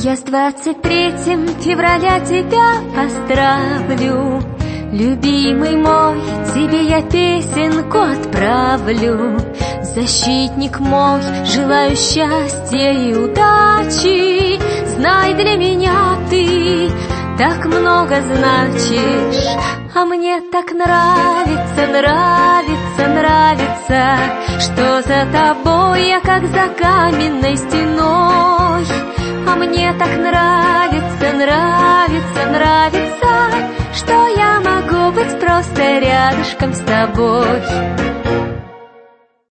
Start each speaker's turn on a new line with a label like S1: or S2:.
S1: Я с 23 февраля тебя поздравлю. Любимый мой, тебе я песенку отправлю. Защитник мой, желаю счастья и удачи. Знай, для меня ты так много значишь. А мне так нравится, нравится, нравится, что за тобой я как за каменной стеной. А мне так нравится, нравится, нравится, что я могу быть просто рядышком с тобой.